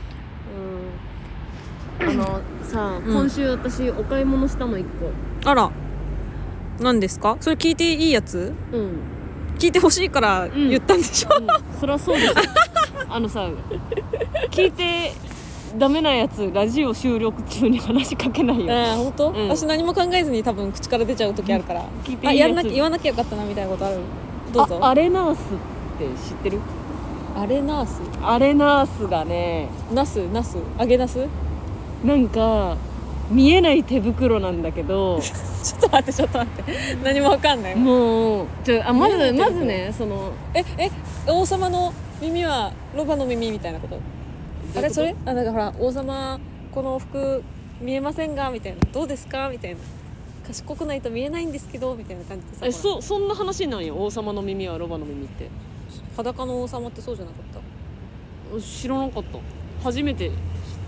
うんあのさ、 うん今週私お買い物したのいっこ。 あら何ですかそれ聞いていいやつうん聞いてほしいから言ったんでしょ、 うん、そりゃそうですよあのさ聞いてダメなやつラジオ収録中に話しかけないよ。 ああ本当、 うん私何も考えずに多分口から出ちゃう時あるから、 聞いていいやつあやんなき言わなきゃよかったなみたいなことある。どうぞ。 あアレナースって知ってる？ あれナースアレナースがねナスナス揚げナスなんか見えない手袋なんだけどちょっと待ってちょっと待って何もわかんないもうちょあま見えない手袋ずまずねそのええ王様の耳はロバの耳みたいなことあれそれあなんかほら王様この服見えませんがみたいなどうですかみたいな賢くないと見えないんですけどみたいな感じでさえほらそそんな話なんよ。王様の耳はロバの耳って裸の王様ってそうじゃなかった知らなかった。初めて。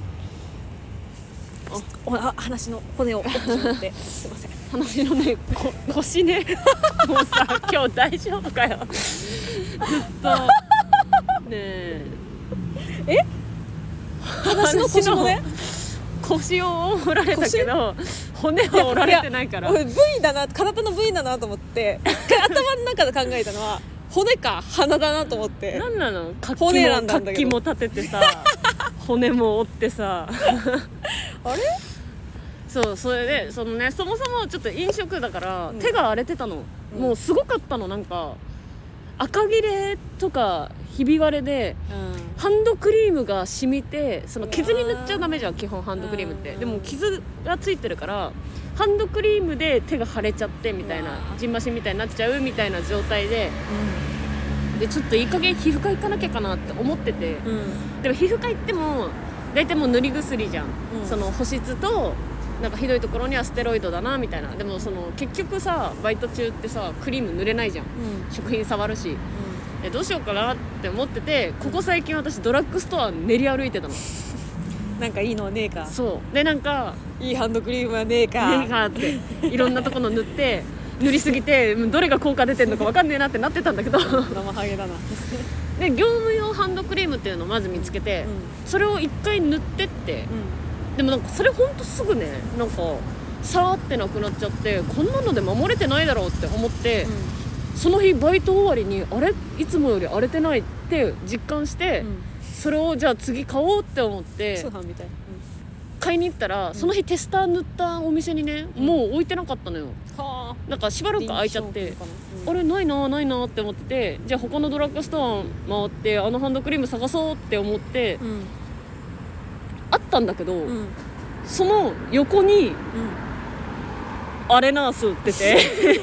おあ話の骨を折ってしまってすいません話のねこ腰ねもうさ今日大丈夫かよずっとねええ話の腰のね腰を折られたけど骨は折られてないから。 俺部位だな体の部位だなと思って頭の中で考えたのは骨か鼻だなと思ってなんなの活気骨なもんだんだけど活気も立ててさ骨も折ってさあれそうそれでそのねそもそもちょっと飲食だから、 うん手が荒れてたの、 うんもうすごかったの。なんか赤切れとかひび割れでうハンドクリームが染みてその傷に塗っちゃダメじゃん基本ハンドクリームって。 うんでも傷がついてるからハンドクリームで手が腫れちゃってみたいうなわじんましみたいになっちゃうみたいな状態ででちょっといい加減皮膚科行かなきゃかなって思ってて、 んうんでも皮膚科行っても大体もう塗り薬じゃん、 うんその保湿となんかひどいところにはステロイドだなみたいな。でもその結局さバイト中ってさクリーム塗れないじゃん、 うん食品触るしえどうしようかなって思ってて、ここ最近私ドラッグストア練り歩いてたの。 なんかいいのねえかそうでなんかいいハンドクリームはねえかいいかっていろんなところ塗って塗りすぎてどれが効果出てるのか分かんねえなってなってたんだけど生ハゲだなで業務用ハンドクリームっていうのをまず見つけて、それを一回塗ってってでもなんかそれほんとすぐねなんかさーってなくなっちゃってこんなので守れてないだろうって思って、その日バイト終わりにあれいつもより荒れてないって実感して、それをじゃあ次買おうって思って通販みたい買いに行ったら、その日テスター塗ったお店にねもう置いてなかったのよ。 はあなんかしばらく空いちゃってああれないなないなって思っててじゃあ他のドラッグストア回ってあのハンドクリーム探そうって思ってうんあったんだけど、 うんうんその横にアレナース売ってて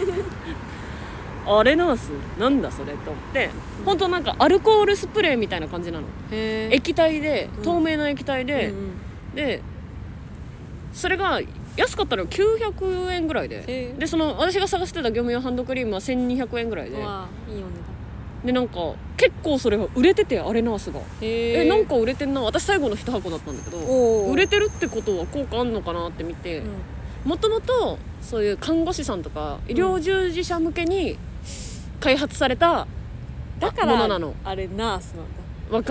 アレナースなんだそれと思って本当なんかアルコールスプレーみたいな感じなの。 へえ液体でうん透明な液体で、 うんうんでそれが安かったらきゅうひゃくえんぐらいでへーでその私が探してた業務用ハンドクリームはせんにひゃくえんぐらいでうわいいお値段でなんか結構それが売れててアレナースがへえなんか売れてんな私最後の一箱だったんだけどおー売れてるってことは効果あんのかなって見てうんもともとそういう看護師さんとか医療従事者向けに開発されただからものなのあれナースなんだわかんない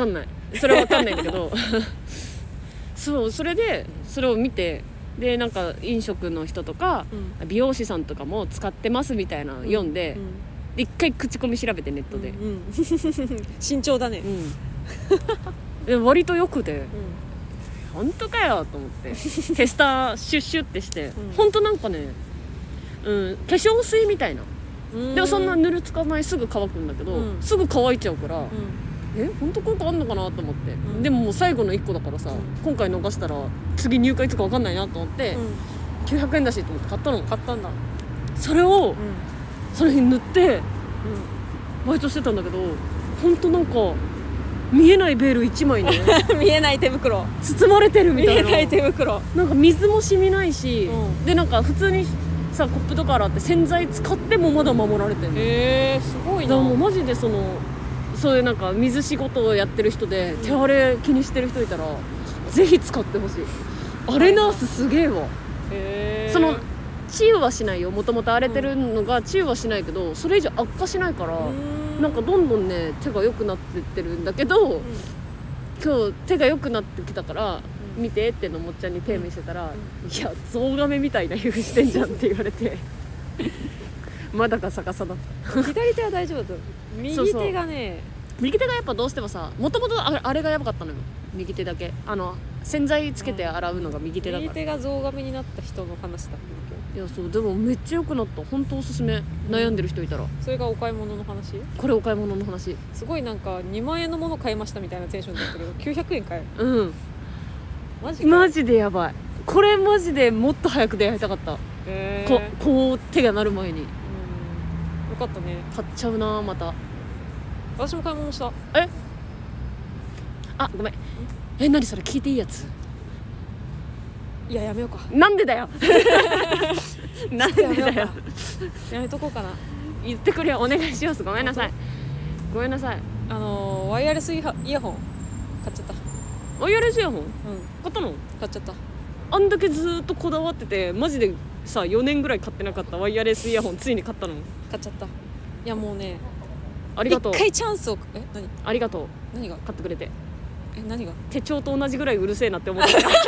それは分かんないんだけどそうそれでそれを見てでなんか飲食の人とか、うん、美容師さんとかも使ってますみたいなの読んで、うんうん、で一回口コミ調べてネットで、うんうん、 慎重だね、 うん、で割とよくて、うん、本当かよと思ってテスターシュッシュってして、うん、本当なんかね、うん、化粧水みたいなでもそんなぬるつかないすぐ乾くんだけど、うん、すぐ乾いちゃうから、うん、え本当効果あんのかなと思って、うん、でももう最後のいっこだからさ、うん、今回逃したら次入荷いつか分かんないなと思って、うん、きゅうひゃくえんだしと思って買ったの。 買ったんだ。 それを、うん、その日塗って、うん、バイトしてたんだけど本当なんか見えないベールいちまいね見えない手袋包まれてるみたいな。 見えない手袋なんか水も染みないし、うん、でなんか普通にさコップとか洗って洗剤使ってもまだ守られてるの。 へえすごいな。 だからもうマジでそのそういうなんか水仕事をやってる人で、うん、手荒れ気にしてる人いたらぜひ使ってほしい。荒れナースすげえわ。へその治癒はしないよ。もともと荒れてるのが治癒はしないけどそれ以上悪化しないからなんかどんどんね手が良くなってってるんだけど、うん、今日手が良くなってきたから見てってのもっちゃんに手見せたら、うん、いやゾウガメみたいな皮膚してんじゃんって言われてまだか逆さだった左手は大丈夫だ。右手がねそうそう右手がやっぱどうしてもさもともとあれがやばかったのよ。右手だけあの洗剤つけて洗うのが右手だから、 右手がゾウガメになった人の話だ。 いやそうでもめっちゃ良くなった。本当おすすめ。悩んでる人いたら、うん、 それがお買い物の話。 これお買い物の話。 すごいなんかにまんえんのもの買いましたみたいなテンションだったけどきゅうひゃくえんかい。 うんマジかマジでやばい。これマジでもっと早く出会いたかった。へーここう手が鳴る前に。うんよかったね。 買っちゃうなまた。 私も買い物した。 えあごめんえ何それ聞いていいやつ。 いややめようか。 なんでだよなんでだよやめとこうかな。 言ってくれよお願いします。ごめんなさいごめんなさい。 あのー、ワイヤレスイヤホン買っちゃった。 ワイヤレスイヤホン、うん、買ったの。 買っちゃった。 あんだけずっとこだわっててマジでさよねんぐらい買ってなかったワイヤレスイヤホンついに買ったの。 買っちゃった。いやもうねありがとう。 一回チャンスをえ何ありがとう。 何が買ってくれて。 え何が手帳と同じぐらいうるせえなって思ってた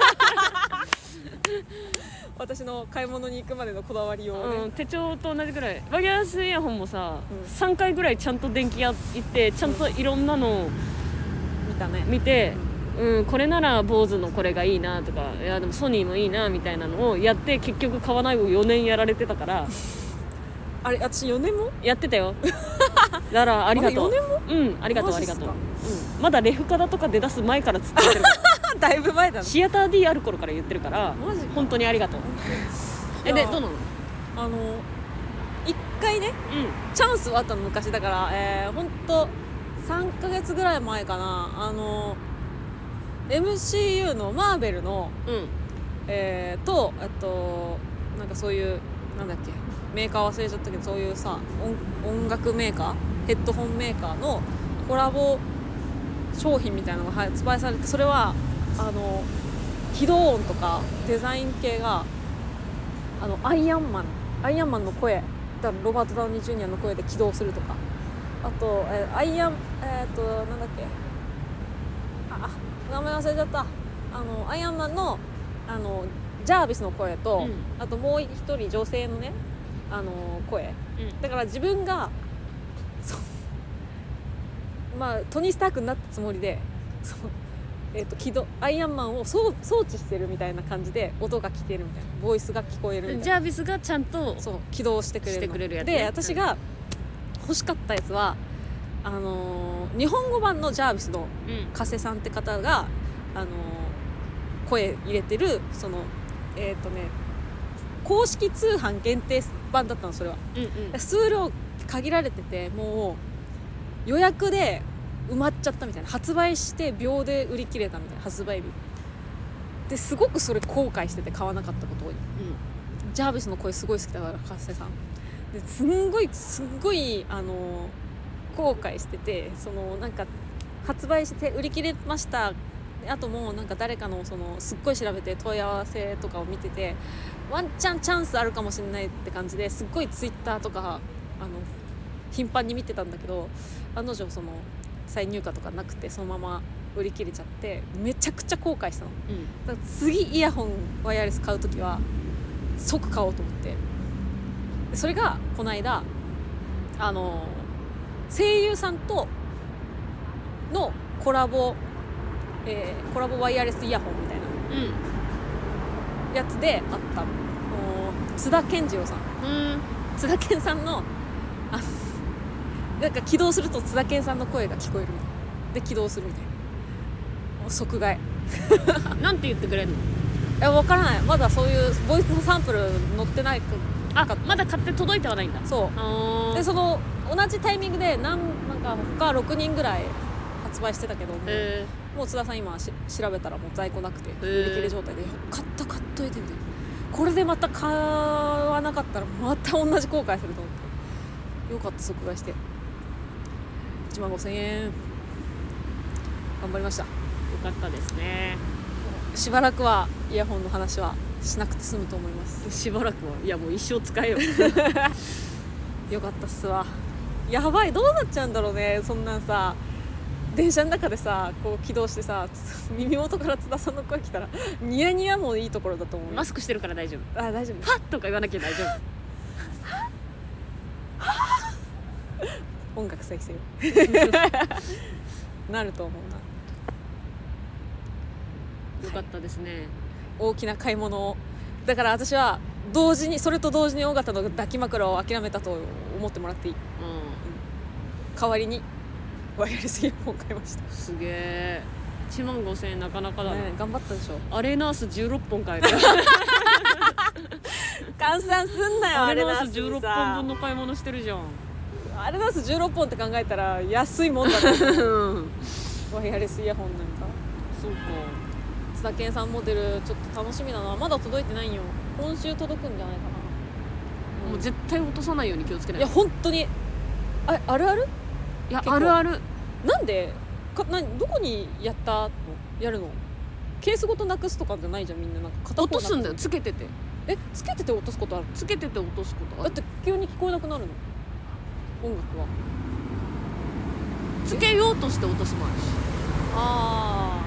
私の買い物に行くまでのこだわりを、ねうん、手帳と同じぐらい。ワイヤレスイヤホンもさ、うん、さんかいぐらいちゃんと電気屋行ってちゃんといろんなのを見たね見て、うんうん、これなら坊主のこれがいいなとかいやでもソニーもいいなみたいなのをやって結局買わないをよねんやられてたからあれ私よねんもやってたよだからありがとう。 よねんもうんありがとうありがとう、うん、まだレフカダとか出だす前からずっと言ってるからだいぶ前だね。 シアター D ある頃から言ってるからマジか本当にありがとう。えでどうなの。 あのいっかいね、うん、チャンスはあったの昔だから、えー、ほんとさんかげつぐらい前かな。あの エムシーユー のマーベルの、うんえー、とあとなんかそういうなんだっけメーカー忘れちゃったけどそういうさ 音, 音楽メーカーヘッドホンメーカーのコラボ商品みたいなのが発売されてそれはあの起動音とかデザイン系があのアイアンマンアイアンマンの声だからロバート・ダウニー・ジュニアの声で起動するとかあと、えー、アイアンえっ、ー、となんだっけあ名前忘れちゃったあのアイアンマンのあのジャービスの声と、うん、あともう一人女性のねあの声、うん、だから自分がそうまあトニー・スタークになったつもりでそう、えー、と起動アイアンマンを装置してるみたいな感じで音が聞けるみたいなボイスが聞こえるみたいなジャービスがちゃんとそう起動してくれるしてくれるやつ、 ね、で私が欲しかったやつはあのー、日本語版のジャービスの加瀬さんって方が、あのー、声入れてるそのえっ、ー、とね公式通販限定版だったのそれは、うんうん、数量限られててもう予約で埋まっちゃったみたいな発売して秒で売り切れたみたいな発売日ですごくそれ後悔してて買わなかったことを、うん、ジャービスの声すごい好きだから加瀬さんですんごいすんごいあの後悔しててそのなんか発売して売り切れましたあともうなんか誰かのそのすっごい調べて問い合わせとかを見ててワンチャンチャンスあるかもしれないって感じですっごいツイッターとかあの頻繁に見てたんだけど案の定その再入荷とかなくてそのまま売り切れちゃってめちゃくちゃ後悔したの。 うんだから次イヤホンワイヤレス買うときは即買おうと思って、でそれがこの間あの声優さんとのコラボ、えー、コラボワイヤレスイヤホンみたいなうんやつであったの津田健次郎さん、 うん津田健さんのあのなんか起動すると津田健さんの声が聞こえるみたいなで起動するみたいな、もう即買い。 なんて言ってくれるの？ いや分からない、まだそういうボイスサンプル載ってないかあまだ買って届いてはないんだ。 そうあでその同じタイミングでなんなんか他ろくにんぐらい発売してたけども、 へもう津田さん今し調べたらもう在庫なくてー売り切れ状態で買った買っといてみたいな、これでまた買わなかったらまた同じ後悔すると思ってよかった即買いしていちまんごせんえん頑張りました。 よかったですね。 しばらくはイヤホンの話はしなくて済むと思います。 しばらくはいやもう一生使えよ。 よかったっすわ。やばいどうなっちゃうんだろうね、そんなんさ電車の中でさこう起動してさ耳元から津田さんの声来たらニヤニヤもいいところだと思う。 マスクしてるから大丈夫。 あ大丈夫。 パッとか言わなきゃ大丈夫。 音楽再生なると思うな。 よかったですね。 大きな買い物をだから私は同時にそれと同時に尾形の抱き枕を諦めたと思ってもらっていい。 う代わりにワイヤレスイヤホンを買いました。 んすげえ。いちまんごせんえんなかなかだな、 ね、頑張ったでしょ。 アレナースじゅうろっぽん買えるよ。 換算すんなよ。 アレナースアレナースじゅうろっぽんぶんの買い物してるじゃん。 アレナースじゅうろっぽんって考えたら安いもんだと思う。 うんワイヤレスイヤホンなんかそうか。 津田健さんモデルちょっと楽しみだな。まだ届いてないんよ。今週届くんじゃないかな。 もう絶対落とさないように気をつけないいや本当にああるあるいや結構あるある。 なんでかなどこにやったのやるのケースごとなくすとかじゃないじゃん。みんななんか片方落とすんだよ。 なくつけててえつけてて落とすことあるつけてて落とすことある。 だって急に聞こえなくなるの音楽は。 つけようとして落とすもあるし。 あ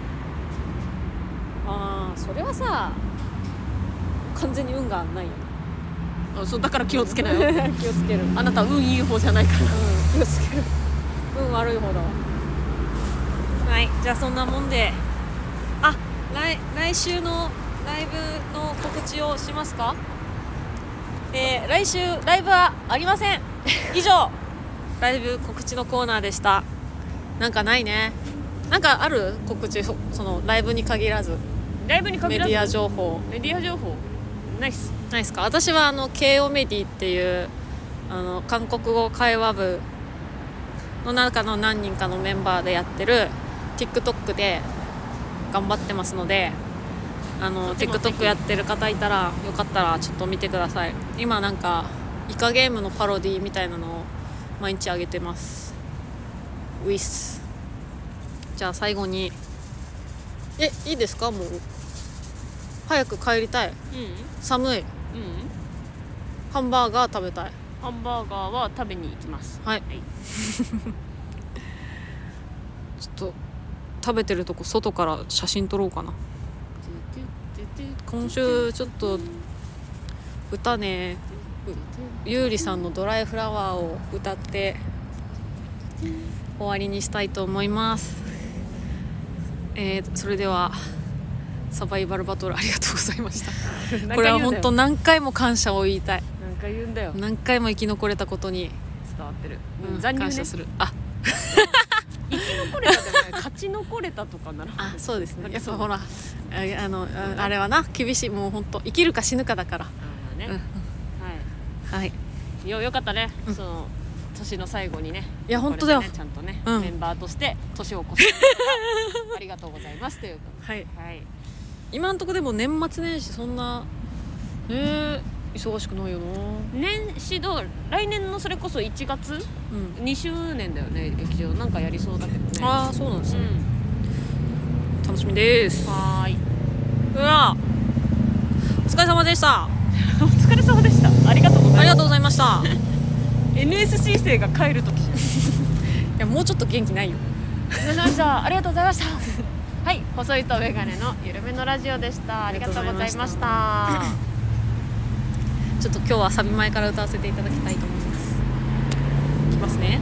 ーあーそれはさ完全に運がないよね。 あそうだから気をつけなよ。 気をつける。うんあなた運いい方じゃないから。 気をつける。運悪い方だわ。はいじゃあそんなもんであ来来週のライブの告知をしますか。えー、来週ライブはありません。以上ライブ告知のコーナーでした。なんかないね。なんかある告知、そそのライブに限らずライブに限らずメディア情報メディア情報ナイス。 ないですか。私はあの ケーオー メディっていうあの韓国語会話部の中の何人かのメンバーでやってる TikTok で頑張ってますので、あの TikTok やってる方いたらよかったらちょっと見てください。今なんかイカゲームのパロディみたいなのを毎日上げてます。ウィス。じゃあ最後にえいいですか。もう早く帰りたい。 うん寒い。 うんハンバーガー食べたい。 ハンバーガーは食べに行きます。 はい、 はい、 ちょっと食べてるとこ外から写真撮ろうかな。今週ちょっと歌ねゆうりさんのドライフラワーを歌って終わりにしたいと思います。えー、それではサバイバルバトルありがとうございました。これは本当何回も感謝を言いたい。 なんか言うんだよ。 何回も生き残れたことに、 伝わってる、 うん、 残留ね感謝する。あ生き残れたでもない勝ち残れたとかならあそうですね。やっぱそうほらああのああれはな厳しい。もう本当生きるか死ぬかだから。 あね、 うんはいはいよよかったね、 うん、 その年の最後にねいや本当だよ、 ね、ちゃんとね、 うん、 メンバーとして年を越してありがとうございますということはい、 はい、 今のところでも年末年始そんなね忙しくないよな。 年始どう来年のそれこそいちがつ、 うん、 にしゅうねんだよね劇場なんかやりそうだけどね。 ああそうなんですね、 うん、 楽しみです。 はーいうわお疲れ様でした。 お疲れ様でした。ありがとうございます。 ありがとうございました。 エヌエスシー 生が帰るときやもうちょっと元気ないよ。 お疲れ様でした。ありがとうございました。はい、細いとメガネのゆるめのラジオでした。ありがとうございました。 ちょっと今日はサビ前から歌わせていただきたいと思います。いきますね。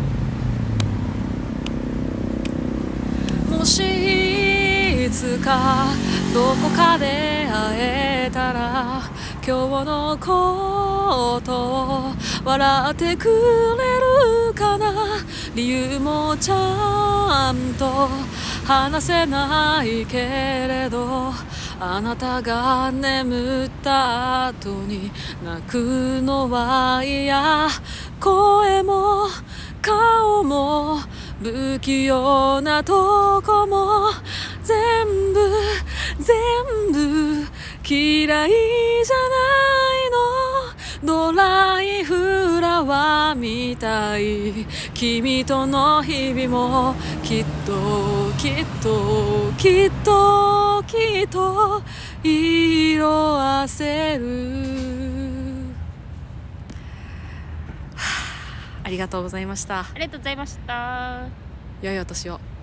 もしいつかどこかで会えたら今日のことを笑ってくれるかな。理由もちゃんと話せないけれどあなたが眠った後に泣くのは嫌。声も顔も不器用なとこも全部全部嫌いじゃないの。ドライフラワーみたい君との日々もきっときっときっときっと色あせる。ありがとうございました。 ありがとうございました。 良いお年を。